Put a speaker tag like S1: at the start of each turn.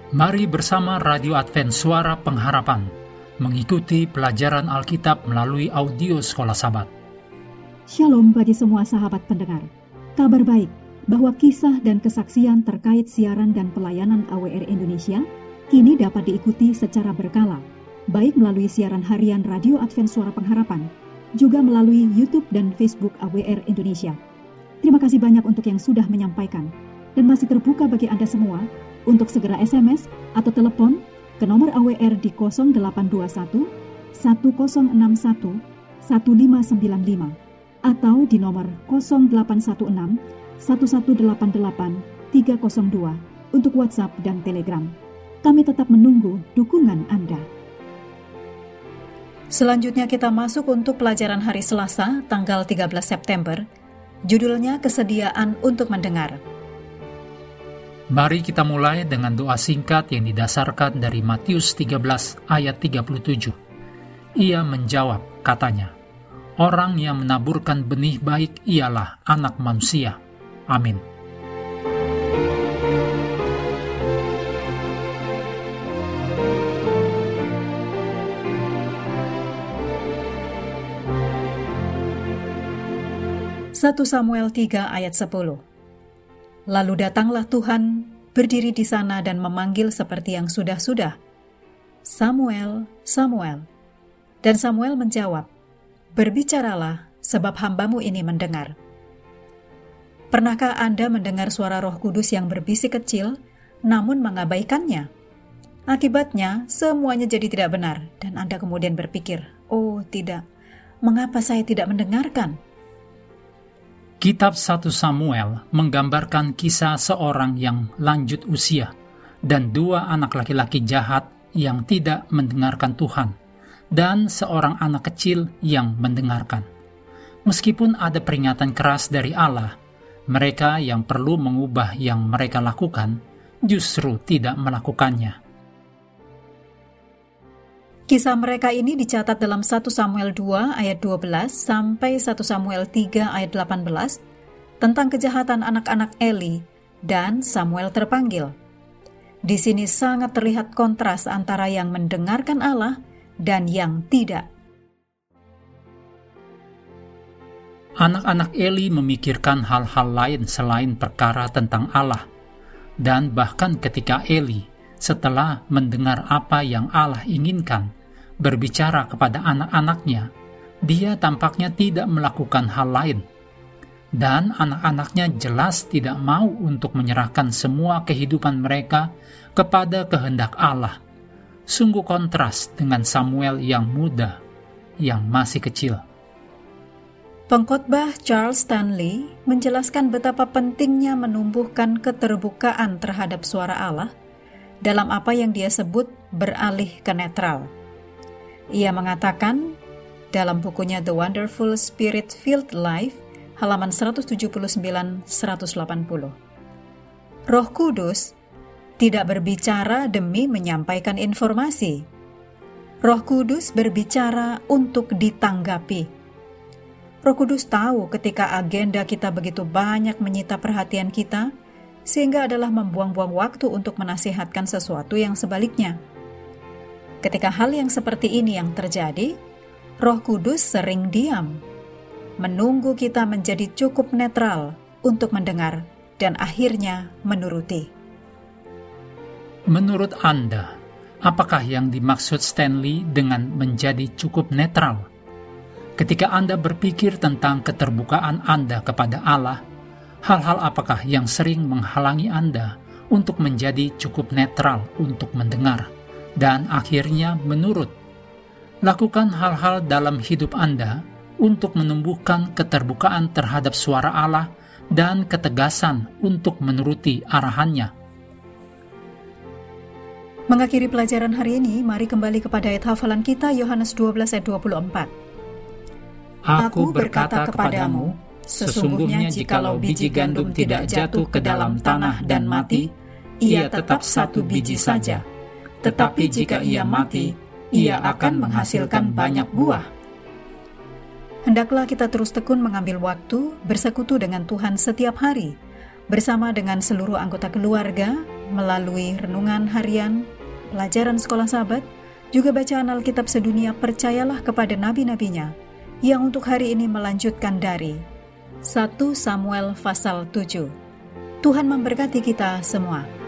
S1: Mari bersama Radio Advent Suara Pengharapan mengikuti pelajaran Alkitab melalui audio Sekolah Sabat.
S2: Shalom bagi semua sahabat pendengar. Kabar baik bahwa kisah dan kesaksian terkait siaran dan pelayanan AWR Indonesia kini dapat diikuti secara berkala, baik melalui siaran harian Radio Advent Suara Pengharapan, juga melalui YouTube dan Facebook AWR Indonesia. Terima kasih banyak untuk yang sudah menyampaikan, dan masih terbuka bagi Anda semua untuk segera SMS atau telepon ke nomor AWR di 0821 1061 1595 atau di nomor 0816 1188 302 untuk WhatsApp dan Telegram. Kami tetap menunggu dukungan Anda.
S3: Selanjutnya kita masuk untuk pelajaran hari Selasa, tanggal 13 September. Judulnya Kesediaan untuk Mendengar.
S1: Mari kita mulai dengan doa singkat yang didasarkan dari Matius 13 ayat 37. Ia menjawab, katanya, orang yang menaburkan benih baik ialah anak manusia. Amin.
S3: Satu Samuel 3 ayat 10. Lalu datanglah Tuhan, berdiri di sana dan memanggil seperti yang sudah-sudah. Samuel, Samuel. Dan Samuel menjawab, berbicaralah, sebab hambamu ini mendengar. Pernahkah Anda mendengar suara Roh Kudus yang berbisik kecil, namun mengabaikannya? Akibatnya, semuanya jadi tidak benar, dan Anda kemudian berpikir, oh tidak, mengapa saya tidak mendengarkan?
S1: Kitab 1 Samuel menggambarkan kisah seorang yang lanjut usia dan dua anak laki-laki jahat yang tidak mendengarkan Tuhan dan seorang anak kecil yang mendengarkan. Meskipun ada peringatan keras dari Allah, mereka yang perlu mengubah yang mereka lakukan justru tidak melakukannya.
S3: Kisah mereka ini dicatat dalam 1 Samuel 2 ayat 12 sampai 1 Samuel 3 ayat 18 tentang kejahatan anak-anak Eli dan Samuel terpanggil. Di sini sangat terlihat kontras antara yang mendengarkan Allah dan yang tidak.
S1: Anak-anak Eli memikirkan hal-hal lain selain perkara tentang Allah, dan bahkan ketika Eli setelah mendengar apa yang Allah inginkan, berbicara kepada anak-anaknya, dia tampaknya tidak melakukan hal lain. Dan anak-anaknya jelas tidak mau untuk menyerahkan semua kehidupan mereka kepada kehendak Allah. Sungguh kontras dengan Samuel yang muda, yang masih kecil.
S3: Pengkhotbah Charles Stanley menjelaskan betapa pentingnya menumbuhkan keterbukaan terhadap suara Allah dalam apa yang dia sebut beralih ke netral. Ia mengatakan dalam bukunya The Wonderful Spirit-Filled Life, halaman 179-180. Roh Kudus tidak berbicara demi menyampaikan informasi. Roh Kudus berbicara untuk ditanggapi. Roh Kudus tahu ketika agenda kita begitu banyak menyita perhatian kita, sehingga adalah membuang-buang waktu untuk menasihatkan sesuatu yang sebaliknya. Ketika hal yang seperti ini yang terjadi, Roh Kudus sering diam, menunggu kita menjadi cukup netral untuk mendengar dan akhirnya menuruti.
S1: Menurut Anda, apakah yang dimaksud Stanley dengan menjadi cukup netral? Ketika Anda berpikir tentang keterbukaan Anda kepada Allah, hal-hal apakah yang sering menghalangi Anda untuk menjadi cukup netral untuk mendengar dan akhirnya menurut? Lakukan hal-hal dalam hidup Anda untuk menumbuhkan keterbukaan terhadap suara Allah dan ketegasan untuk menuruti arahannya.
S3: Mengakhiri pelajaran hari ini, mari kembali kepada ayat hafalan kita, Yohanes 12 ayat 24.
S1: Aku berkata kepadamu, sesungguhnya jikalau biji gandum tidak jatuh ke dalam tanah dan mati, ia tetap satu biji saja. Tetapi jika ia mati, ia akan menghasilkan banyak buah.
S3: Hendaklah kita terus tekun mengambil waktu bersekutu dengan Tuhan setiap hari, bersama dengan seluruh anggota keluarga, melalui renungan harian, pelajaran sekolah Sabat, juga bacaan Alkitab sedunia, percayalah kepada nabi-nabinya yang untuk hari ini melanjutkan dari 1 Samuel pasal 7. Tuhan memberkati kita semua.